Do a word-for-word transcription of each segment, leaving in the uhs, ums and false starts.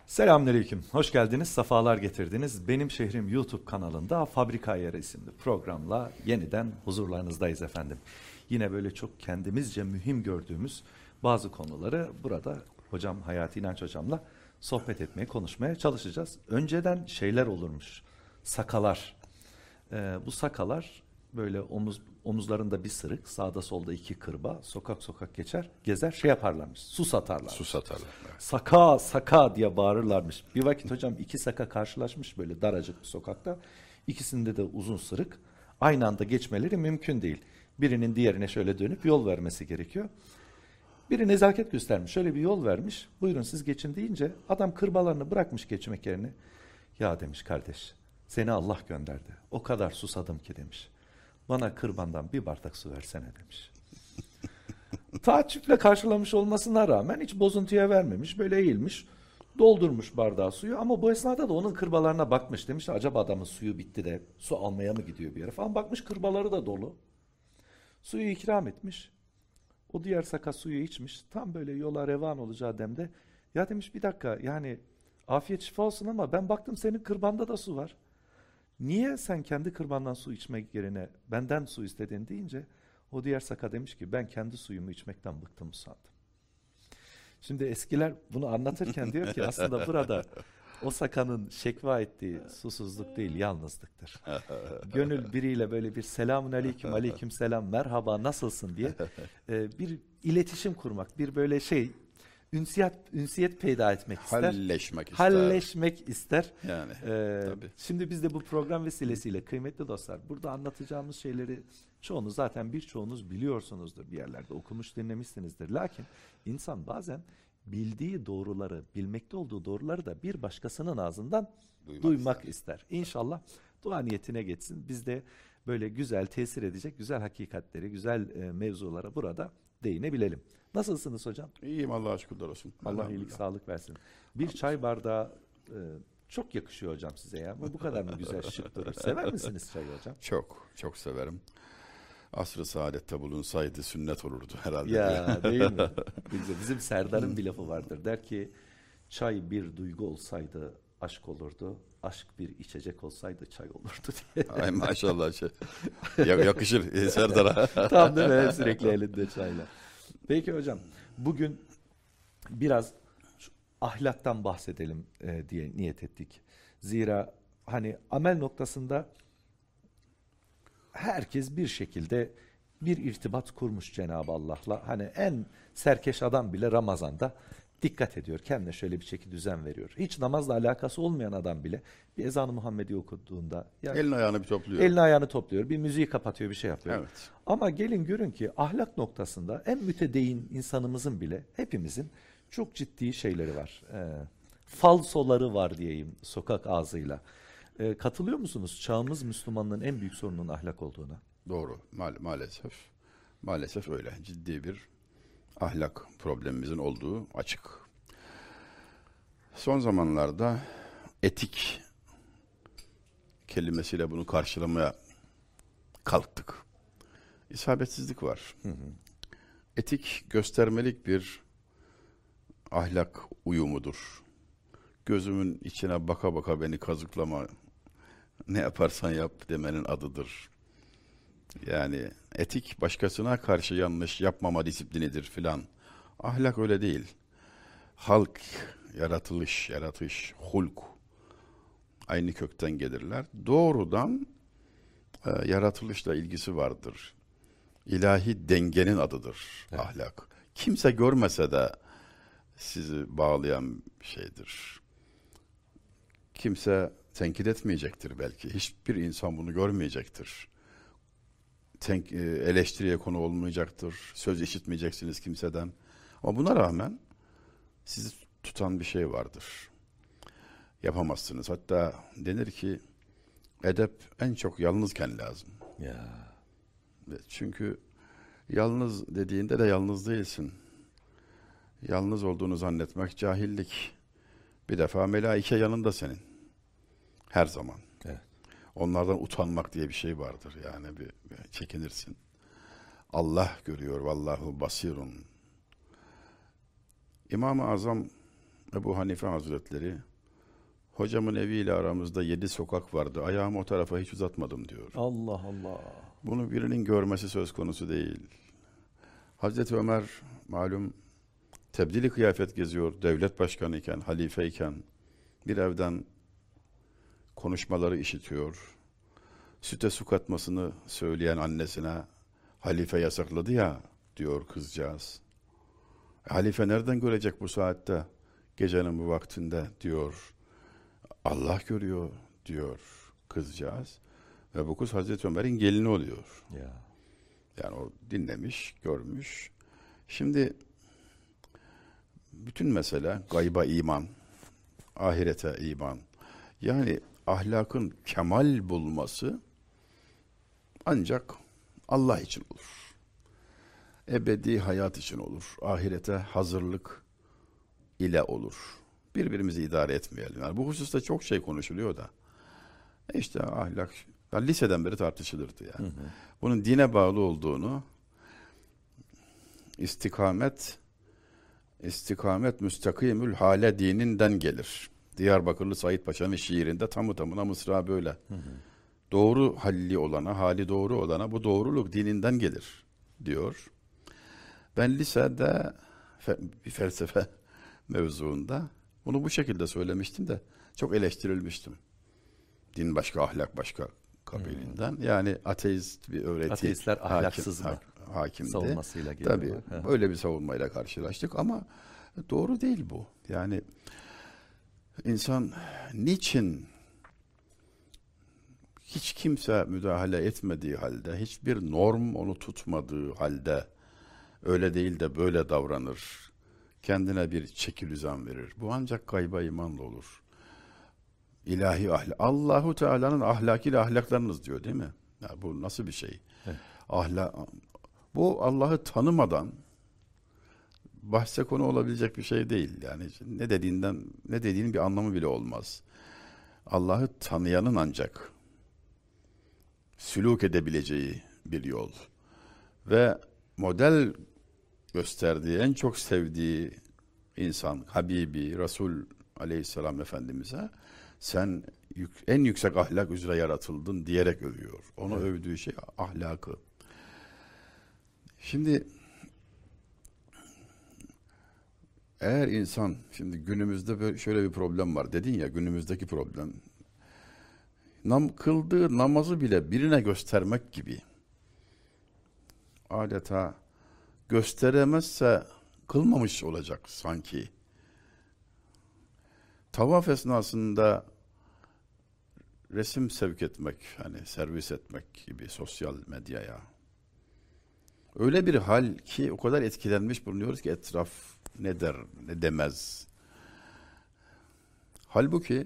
Selamünaleyküm. Hoş geldiniz, sefalar getirdiniz. Benim Şehrim YouTube kanalında Fabrika Ayarı isimli programla yeniden huzurlarınızdayız efendim. Yine böyle çok kendimizce mühim gördüğümüz bazı konuları burada hocam Hayati İnanç hocamla sohbet etmeye, konuşmaya çalışacağız. Önceden şeyler olurmuş, sakalar. Ee, bu sakalar böyle omuz omuzlarında bir sırık, sağda solda iki kırba, sokak sokak geçer, gezer, şey yaparlarmış, su satarlar. Su satarlar. Evet. Saka saka diye bağırırlarmış. Bir vakit hocam iki saka karşılaşmış böyle daracık bir sokakta. İkisinde de uzun sırık. Aynı anda geçmeleri mümkün değil. Birinin diğerine şöyle dönüp yol vermesi gerekiyor. Biri nezaket göstermiş, şöyle bir yol vermiş. Buyurun siz geçin deyince adam kırbalarını bırakmış geçmek yerine. Ya demiş kardeş, seni Allah gönderdi. O kadar susadım ki demiş. Bana kırbandan bir bardak su versene demiş. Taaccüple karşılamış olmasına rağmen hiç bozuntuya vermemiş. Böyle eğilmiş, doldurmuş bardağı suyu ama bu esnada da onun kırbalarına bakmış. Demiş acaba adamın suyu bitti de su almaya mı gidiyor bir yere falan. Bakmış kırbaları da dolu. Suyu ikram etmiş. O diğer saka suyu içmiş. Tam böyle yola revan olacağı demde. Ya demiş bir dakika yani afiyet şifa olsun ama ben baktım senin kırbanda da su var. Niye sen kendi kırbandan su içmek yerine benden su istedin deyince o diğer saka demiş ki ben kendi suyumu içmekten bıktım sandım. Şimdi eskiler bunu anlatırken diyor ki aslında burada o sakanın şekva ettiği susuzluk değil yalnızlıktır. Gönül biriyle böyle bir selamun aleyküm aleyküm selam merhaba nasılsın diye e, bir iletişim kurmak, bir böyle şey ünsiyet, ünsiyet peyda etmek ister. Halleşmek ister. Halleşmek ister. Yani Ee, tabii. Şimdi biz de bu program vesilesiyle kıymetli dostlar burada anlatacağımız şeyleri çoğunuz zaten birçoğunuz biliyorsunuzdur bir yerlerde okumuş dinlemişsinizdir. Lakin insan bazen bildiği doğruları bilmekte olduğu doğruları da bir başkasının ağzından Duymak duymak ister. ister. İnşallah dua niyetine geçsin. Biz de böyle güzel tesir edecek güzel hakikatleri güzel e, mevzulara burada değinebilelim. Nasılsınız hocam? İyiyim Allah'a şükürler olsun. Allah iyilik sağlık versin. Bir çay bardağı e, çok yakışıyor hocam size ya. Bu bu kadar mı güzel şık durur? Sever misiniz çayı hocam? Çok, çok severim. Asr-ı saadette bulunsaydı sünnet olurdu herhalde. Ya değil mi? Bizim, bizim Serdar'ın bir lafı vardır. Der ki çay bir duygu olsaydı aşk olurdu. Aşk bir içecek olsaydı çay olurdu diye. Ay maşallah. Şey. Ya- yakışır e, Serdar'a. Tam değil mi? Sürekli elinde çayla. Peki hocam bugün biraz şu ahlaktan bahsedelim e, diye niyet ettik. Zira hani amel noktasında herkes bir şekilde bir irtibat kurmuş Cenab-ı Allah'la. Hani en serkeş adam bile Ramazan'da dikkat ediyor. Kendine şöyle bir çeki düzen veriyor. Hiç namazla alakası olmayan adam bile bir ezan-ı Muhammedi okuduğunda ya Elini ayağını bir topluyor. elini ayağını topluyor, bir müziği kapatıyor, bir şey yapıyor. Evet. Ama gelin görün ki ahlak noktasında en mütedeyyin insanımızın bile hepimizin çok ciddi şeyleri var. Ee, falsoları var diyeyim sokak ağzıyla. Ee, katılıyor musunuz çağımız Müslümanlığın en büyük sorunun ahlak olduğuna? Doğru. Ma- maalesef. Maalesef öyle. Ciddi bir ahlak problemimizin olduğu açık. Son zamanlarda etik kelimesiyle bunu karşılamaya kalktık. İsabetsizlik var. Hı hı. Etik göstermelik bir ahlak uyumudur. Gözümün içine baka baka beni kazıklama, ne yaparsan yap demenin adıdır. Yani etik başkasına karşı yanlış yapmama disiplinidir filan. Ahlak öyle değil. Halk, yaratılış, yaratış, hulk aynı kökten gelirler. Doğrudan e, yaratılışla ilgisi vardır. İlahi dengenin adıdır Evet. ahlak. Kimse görmese de sizi bağlayan bir şeydir. Kimse tenkit etmeyecektir belki. Hiçbir insan bunu görmeyecektir. Tenk, e, eleştiriye konu olmayacaktır. Söz işitmeyeceksiniz kimseden. Ama buna rağmen sizi tutan bir şey vardır. Yapamazsınız. Hatta denir ki edep en çok yalnızken lazım. Ya. Çünkü yalnız dediğinde de yalnız değilsin. Yalnız olduğunu zannetmek cahillik. Bir defa melaike yanında senin. Her zaman. Evet. Onlardan utanmak diye bir şey vardır. Yani bir, bir çekinirsin. Allah görüyor. Vallahu basirun. İmam-ı Azam Ebu Hanife Hazretleri, hocamın eviyle aramızda yedi sokak vardı. Ayağımı o tarafa hiç uzatmadım diyor. Allah Allah. Bunu birinin görmesi söz konusu değil. Hazreti Ömer malum tebdili kıyafet geziyor. Devlet başkanı iken, halife iken bir evden konuşmaları işitiyor. Süte su katmasını söyleyen annesine halife yasakladı ya diyor kızcağız. Halife nereden görecek bu saatte? Gecenin bu vaktinde diyor. Allah görüyor diyor kızcağız. Ve bu kız Hazreti Ömer'in gelini oluyor. Ya. Yani o dinlemiş, görmüş. Şimdi bütün mesele gayba iman, ahirete iman. Yani ahlakın kemal bulması ancak Allah için olur. Ebedi hayat için olur. Ahirete hazırlık ile olur. Birbirimizi idare etmeyelim. Yani bu hususta çok şey konuşuluyor da. İşte ahlak, yani liseden beri tartışılırdı yani. Hı hı. Bunun dine bağlı olduğunu, istikamet, istikamet müstakimül hale dininden gelir. Diyarbakırlı Said Paşa'nın şiirinde tamı tamına mısra böyle. Hı hı. Doğru halli olana, hali doğru olana bu doğruluk dininden gelir diyor. Ben lisede fe, bir felsefe mevzuunda bunu bu şekilde söylemiştim de çok eleştirilmiştim. Din başka, ahlak başka kabilinden. Hmm. Yani ateist bir öğreti. Ateistler ahlaksız hakim, mı? Hakimdi. Savunmasıyla geliyor. Tabii öyle bir savunmayla karşılaştık ama doğru değil bu. Yani insan niçin hiç kimse müdahale etmediği halde, hiçbir norm onu tutmadığı halde öyle değil de böyle davranır. Kendine bir çekilüzan verir. Bu ancak gayba imanla olur. İlahi ahlak. Allahu Teala'nın ahlakiyle ahlaklarınız diyor değil mi? Ya bu nasıl bir şey? Evet. Ahlak. Bu Allah'ı tanımadan bahse konu olabilecek bir şey değil. Yani ne dediğinden ne dediğinin bir anlamı bile olmaz. Allah'ı tanıyanın ancak sülûk edebileceği bir yol ve model gösterdiği, en çok sevdiği insan, Habibi, Resul Aleyhisselam Efendimiz'e sen yük, en yüksek ahlak üzere yaratıldın diyerek övüyor. Onu evet. Övdüğü şey ahlakı. Şimdi eğer insan, şimdi günümüzde böyle şöyle bir problem var. Dedin ya günümüzdeki problem. Nam, kıldığı namazı bile birine göstermek gibi. Adeta gösteremezse kılmamış olacak sanki. Tavaf esnasında resim sevk etmek, hani servis etmek gibi sosyal medyaya. Öyle bir hal ki o kadar etkilenmiş bulunuyoruz ki etraf ne der, ne demez. Halbuki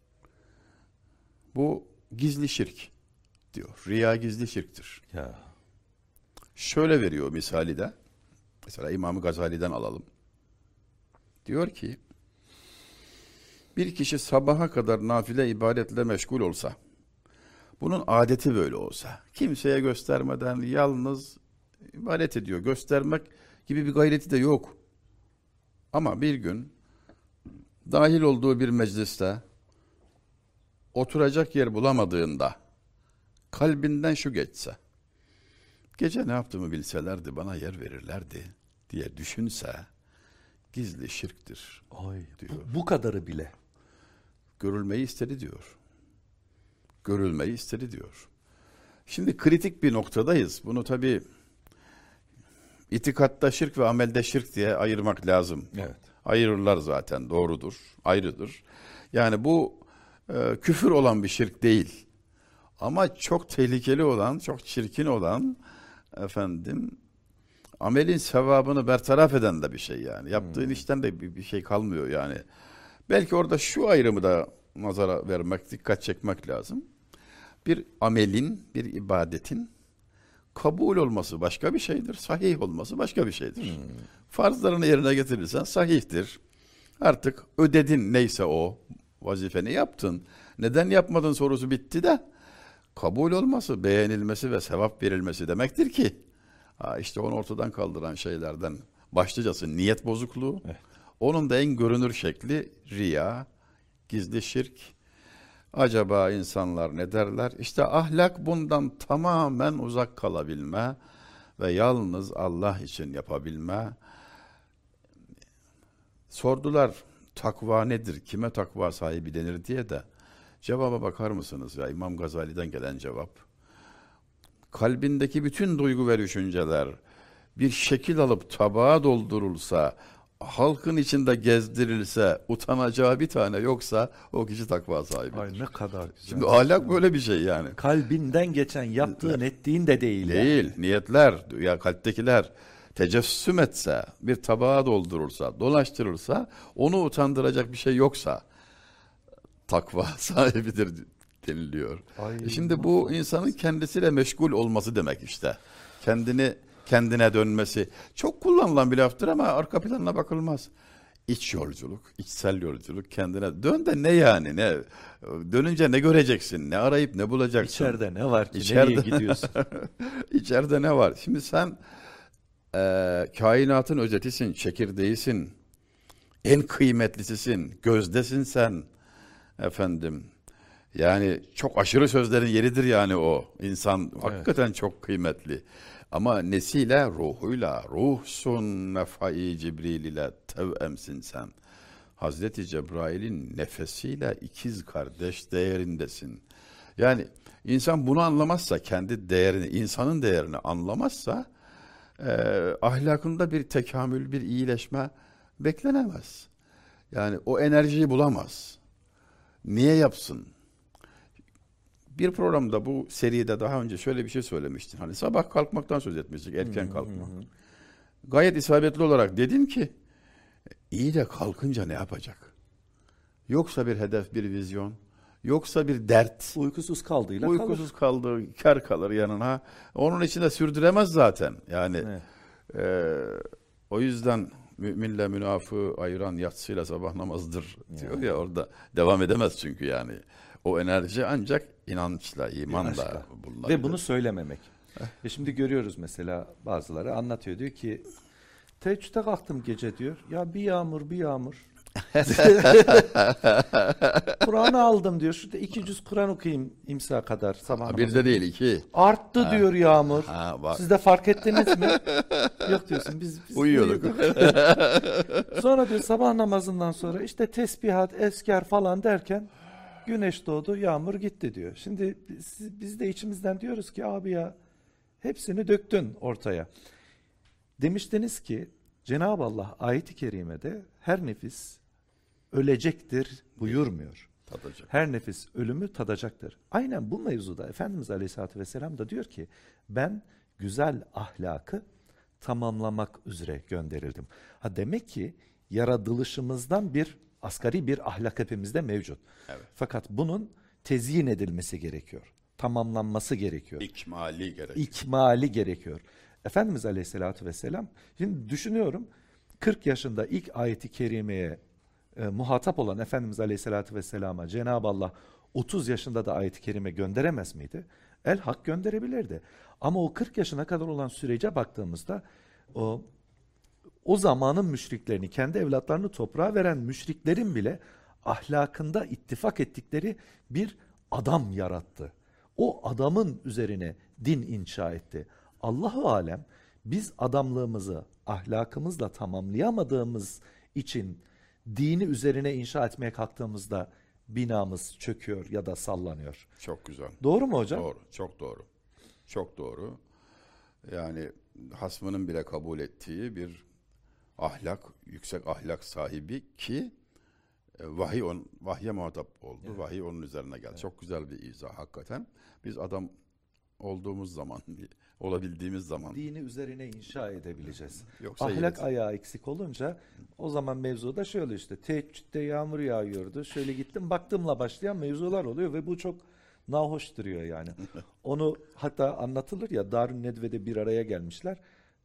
bu gizli şirk diyor. Riya gizli şirktir. Ya. Şöyle veriyor misali de. Mesela İmam-ı Gazali'den alalım. Diyor ki, bir kişi sabaha kadar nafile ibadetle meşgul olsa, bunun adeti böyle olsa, kimseye göstermeden yalnız ibadet ediyor. Göstermek gibi bir gayreti de yok. Ama bir gün dahil olduğu bir mecliste oturacak yer bulamadığında kalbinden şu geçse, gece ne yaptığımı bilselerdi bana yer verirlerdi diye düşünse gizli şirktir. Ay, diyor. Bu, bu kadarı bile. Görülmeyi istedi diyor. Görülmeyi istedi diyor. Şimdi kritik bir noktadayız. Bunu tabii itikatta şirk ve amelde şirk diye ayırmak lazım. Evet. Ayırırlar zaten, doğrudur, ayrıdır. Yani bu e, küfür olan bir şirk değil. Ama çok tehlikeli olan, çok çirkin olan efendim amelin sevabını bertaraf eden de bir şey yani. Yaptığın hmm. işten de bir, bir şey kalmıyor yani. Belki orada şu ayrımı da nazara vermek, dikkat çekmek lazım. Bir amelin, bir ibadetin kabul olması başka bir şeydir. Sahih olması başka bir şeydir. Hmm. Farzlarını yerine getirirsen sahihtir. Artık ödedin neyse o vazifeni yaptın. Neden yapmadın sorusu bitti de kabul olması, beğenilmesi ve sevap verilmesi demektir ki ha işte onu ortadan kaldıran şeylerden başlıcası niyet bozukluğu. Evet. Onun da en görünür şekli riya, gizli şirk. Acaba insanlar ne derler? İşte ahlak bundan tamamen uzak kalabilme ve yalnız Allah için yapabilme. Sordular takva nedir, kime takva sahibi denir diye de cevaba bakar mısınız ya? İmam Gazali'den gelen cevap. Kalbindeki bütün duygu ve düşünceler bir şekil alıp tabağa doldurulsa, halkın içinde gezdirilse, utanacağı bir tane yoksa o kişi takva sahibidir. Ay ne kadar güzel. Şimdi ahlak böyle bir şey yani. Kalbinden geçen yaptığın ettiğin de değil. Değil, Yani. niyetler, ya kalptekiler tecessüm etse, bir tabağa doldurursa, dolaştırırsa, onu utandıracak bir şey yoksa takva sahibidir deniliyor. Ay, E Şimdi bu insanın kendisiyle meşgul olması demek işte. Kendini kendine dönmesi. Çok kullanılan bir laftır ama arka planına bakılmaz. İç yolculuk, içsel yolculuk, kendine dön de ne yani, ne dönünce ne göreceksin, ne arayıp ne bulacaksın. İçeride ne var ki, İçeride- nereye gidiyorsun? İçeride ne var? Şimdi sen e, kainatın özetisin, çekirdeğisin, en kıymetlisisin, gözdesin sen efendim. Yani çok aşırı sözlerin yeridir yani o. İnsan hakikaten çok kıymetli. Ama nesiyle? Ruhuyla. Ruhsun nefai Cibril ile tevemsin sen. Hazreti Cebrail'in nefesiyle ikiz kardeş değerindesin. Yani insan bunu anlamazsa, kendi değerini, insanın değerini anlamazsa e, ahlakında bir tekamül, bir iyileşme beklenemez. Yani o enerjiyi bulamaz. Niye yapsın? Bir programda bu seride daha önce şöyle bir şey söylemiştin. Hani sabah kalkmaktan söz etmiştik, erken kalkmak. Gayet isabetli olarak dedim ki iyi de kalkınca ne yapacak? Yoksa bir hedef, bir vizyon, yoksa bir dert. Uykusuz kaldığıyla Uykusuz kaldığı kar kalır yanına. Onun içinde sürdüremez zaten. Yani Evet. e, o yüzden müminle münafığı ayıran yatsıyla sabah namazıdır diyor ya, orada devam edemez çünkü yani. O enerji ancak inançla, imanla İnançla. bulunabilir. Ve bunu söylememek. Ve şimdi görüyoruz mesela bazıları anlatıyor, diyor ki teheccüde kalktım gece diyor. Ya bir yağmur bir yağmur. Kur'an'ı aldım diyor. Şurada iki cüz Kur'an okuyayım imsa kadar sabah Ha, bir namazı. de değil iki. Arttı diyor yağmur. Ha, bak. Siz de fark ettiniz mi? Yok diyorsun, biz, biz Uyuyorduk. Sonra diyor sabah namazından sonra işte tesbihat, eskar falan derken güneş doğdu, yağmur gitti diyor. Şimdi biz, biz de içimizden diyoruz ki abi ya hepsini döktün ortaya. Demiştiniz ki Cenab-ı Allah ayet-i kerimede her nefis ölecektir buyurmuyor. Tadacak. Her nefis ölümü tadacaktır. Aynen bu mevzuda Efendimiz Aleyhisselatü Vesselam da diyor ki ben güzel ahlakı tamamlamak üzere gönderildim. Ha demek ki yaratılışımızdan bir asgari bir ahlak hepimizde mevcut. Evet. Fakat bunun tezyin edilmesi gerekiyor. Tamamlanması gerekiyor. İkmali gerek. İkmali gerekiyor. Efendimiz Aleyhisselatü Vesselam, şimdi düşünüyorum kırk yaşında ilk ayeti kerimeye e, muhatap olan Efendimiz Aleyhisselatü Vesselam'a Cenab-ı Allah otuz yaşında da ayet-i kerime gönderemez miydi? El hak gönderebilirdi. Ama o kırk yaşına kadar olan sürece baktığımızda o o zamanın müşriklerini, kendi evlatlarını toprağa veren müşriklerin bile ahlakında ittifak ettikleri bir adam yarattı. O adamın üzerine din inşa etti. Allahu alem biz adamlığımızı ahlakımızla tamamlayamadığımız için dini üzerine inşa etmeye kalktığımızda binamız çöküyor ya da sallanıyor. Çok güzel. Doğru mu hocam? Doğru, çok doğru. Çok doğru. Yani hasmının bile kabul ettiği bir ahlak, yüksek ahlak sahibi ki e, vahiy on, vahye muhatap oldu. Evet. Vahiy onun üzerine geldi. Evet. Çok güzel bir izah hakikaten. Biz adam olduğumuz zaman, olabildiğimiz zaman Dini üzerine inşa edebileceğiz. yoksa Ahlak yeriz. ayağı eksik olunca o zaman mevzuda şöyle işte teheccüde yağmur yağıyordu. Şöyle gittim baktımla başlayan mevzular oluyor ve bu çok nahoş duruyor yani. Onu hatta anlatılır ya Darün Nedve'de bir araya gelmişler.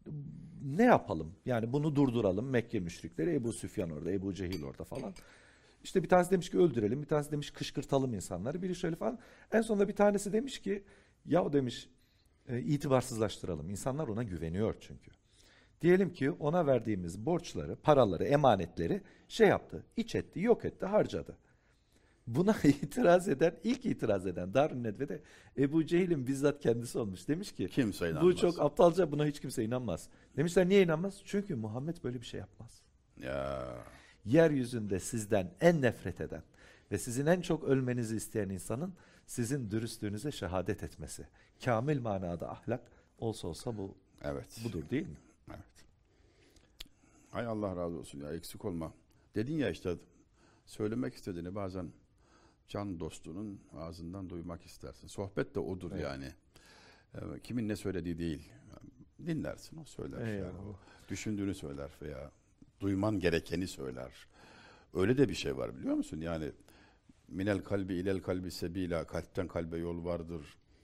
Ne yapalım? Yani bunu durduralım. Mekke müşrikleri, Ebu Süfyan orada, Ebu Cehil orada falan. İşte bir tanesi demiş ki öldürelim, bir tanesi demiş kışkırtalım insanları, biri şöyle falan. En sonunda bir tanesi demiş ki ya demiş e, itibarsızlaştıralım. İnsanlar ona güveniyor çünkü. Diyelim ki ona verdiğimiz borçları, paraları, emanetleri şey yaptı, iç etti, yok etti, harcadı. Buna itiraz eden, ilk itiraz eden Darun Nedve'de Ebu Cehil'in bizzat kendisi olmuş. Demiş ki Kimse inanmaz. bu çok aptalca, buna hiç kimse inanmaz. Demişler niye inanmaz? Çünkü Muhammed böyle bir şey yapmaz. Ya Yeryüzünde sizden en nefret eden ve sizin en çok ölmenizi isteyen insanın sizin dürüstlüğünüze şehadet etmesi. Kamil manada ahlak olsa olsa bu evet. budur değil mi? Evet. Hay Allah razı olsun ya, eksik olma. Dedin ya işte, söylemek istediğini bazen can dostunun ağzından duymak istersin. Sohbet de odur Evet. yani. Evet, kimin ne söylediği değil. Dinlersin, o söyler. Eyvallah. Yani o düşündüğünü söyler veya duyman gerekeni söyler. Öyle de bir şey var biliyor musun? Yani minel kalbi ilel kalbi sebila, kalpten kalbe yol vardır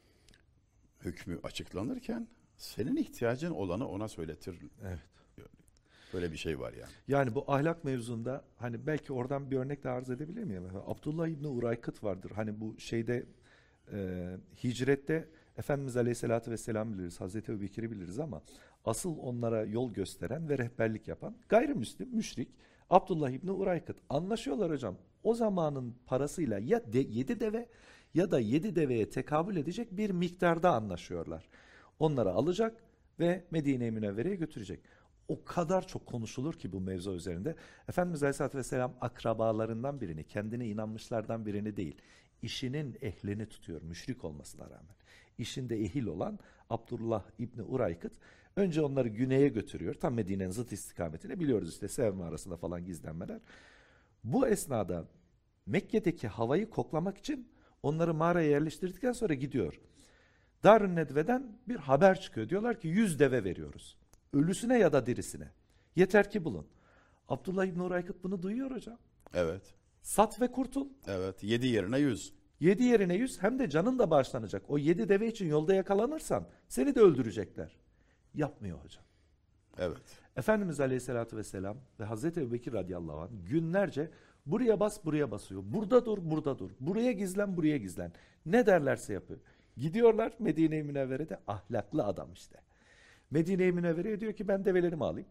hükmü açıklanırken senin ihtiyacın olanı ona söyletir. Evet. Böyle bir şey var yani. Yani bu ahlak mevzunda hani belki oradan bir örnek de arz edebilir miyim? Abdullah İbni Uraykıt vardır. Hani bu şeyde e, hicrette Efendimiz Aleyhisselatü Vesselam biliriz, Hazreti Ebubekir'i biliriz ama asıl onlara yol gösteren ve rehberlik yapan gayrimüslim, müşrik Abdullah İbni Uraykıt. Anlaşıyorlar hocam. O zamanın parasıyla ya de, yedi deve ya da yedi deveye tekabül edecek bir miktarda anlaşıyorlar. Onları alacak ve Medine-i Münevvere'ye götürecek. O kadar çok konuşulur ki bu mevzu üzerinde. Efendimiz Aleyhisselatü Vesselam akrabalarından birini, kendine inanmışlardan birini değil, işinin ehlini tutuyor, müşrik olmasına rağmen. İşinde ehil olan Abdullah İbni Uraykıt önce onları güneye götürüyor. Tam Medine'nin zıt istikametine, biliyoruz işte Sevme arasında falan gizlenmeler. Bu esnada Mekke'deki havayı koklamak için onları mağaraya yerleştirdikten sonra gidiyor. Darun Nedve'den bir haber çıkıyor. Diyorlar ki yüz deve veriyoruz. Ölüsüne ya da dirisine. Yeter ki bulun. Abdullah İbni Uraykıt bunu duyuyor hocam. Evet. Sat ve kurtul. Evet. Yedi yerine yüz. Yedi yerine yüz, hem de canın da bağışlanacak. O yedi deve için yolda yakalanırsan seni de öldürecekler. Yapmıyor hocam. Evet. Efendimiz Aleyhisselatü Vesselam ve Hazreti Ebubekir radıyallahu anh günlerce buraya bas buraya basıyor. Burada dur burada dur. Buraya gizlen buraya gizlen. Ne derlerse yapıyor. Gidiyorlar Medine-i Münevvere'de, ahlaklı adam işte. Medine-i Münevvere'ye diyor ki ben develerimi alayım.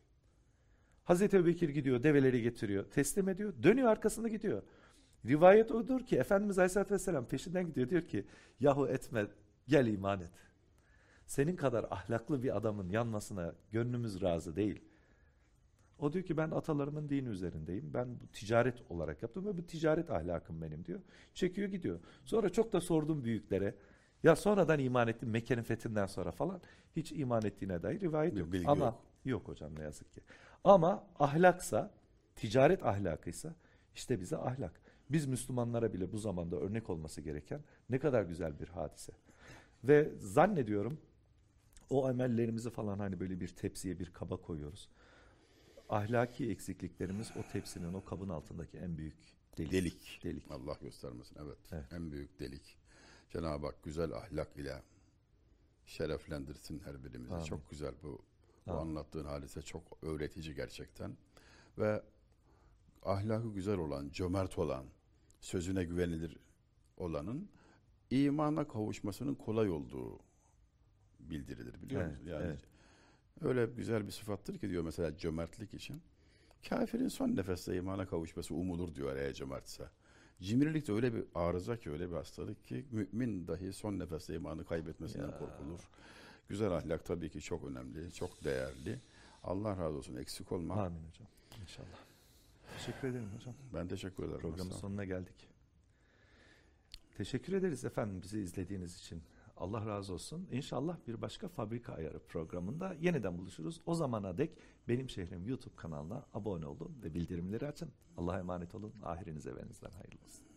Hazreti Ebubekir gidiyor, develeri getiriyor, teslim ediyor, dönüyor arkasında gidiyor. Rivayet odur ki Efendimiz Aleyhisselatü Vesselam peşinden gidiyor, diyor ki yahu etme, gel iman et. Senin kadar ahlaklı bir adamın yanmasına gönlümüz razı değil. O diyor ki ben atalarımın dini üzerindeyim. Ben bu ticaret olarak yaptım ve bu ticaret ahlakım benim diyor. Çekiyor gidiyor. Sonra çok da sordum büyüklere. Ya sonradan iman ettim Mekke'nin fethinden sonra falan. Hiç iman ettiğine dair rivayet yok. Bilgi Ama yok. yok hocam ne yazık ki. Ama ahlaksa, ticaret ahlakıysa işte bize ahlak. Biz Müslümanlara bile bu zamanda örnek olması gereken ne kadar güzel bir hadise. Ve zannediyorum o amellerimizi falan hani böyle bir tepsiye, bir kaba koyuyoruz. Ahlaki eksikliklerimiz o tepsinin, o kabın altındaki en büyük delik. Delik. Delik. Allah göstermesin. Evet. Evet. En büyük delik. Cenab-ı Hak güzel ahlak ile şereflendirsin her birimizi. Amin. Çok güzel bu. Bu Amin. anlattığın hadise çok öğretici gerçekten. Ve ahlakı güzel olan, cömert olan, sözüne güvenilir olanın imana kavuşmasının kolay olduğu bildirilir, biliyor Evet, musun? Yani evet. öyle güzel bir sıfattır ki diyor mesela cömertlik için. Kafirin son nefeste imana kavuşması umulur diyor eğer cömertse. Cimrilik de öyle bir arıza ki, öyle bir hastalık ki mümin dahi son nefeste imanı kaybetmesinden Ya. korkulur. Güzel ahlak tabii ki çok önemli, çok değerli. Allah razı olsun, eksik olma. Amin hocam. İnşallah. Teşekkür ederim hocam. Ben teşekkür ederim. Programın Sağ ol. sonuna geldik. Teşekkür ederiz efendim bizi izlediğiniz için. Allah razı olsun. İnşallah bir başka Fabrika Ayarı programında yeniden buluşuruz. O zamana dek Benim Şehrim YouTube kanalına abone olun ve bildirimleri açın. Allah'a emanet olun. Ahirinize evinizden hayırlı olsun.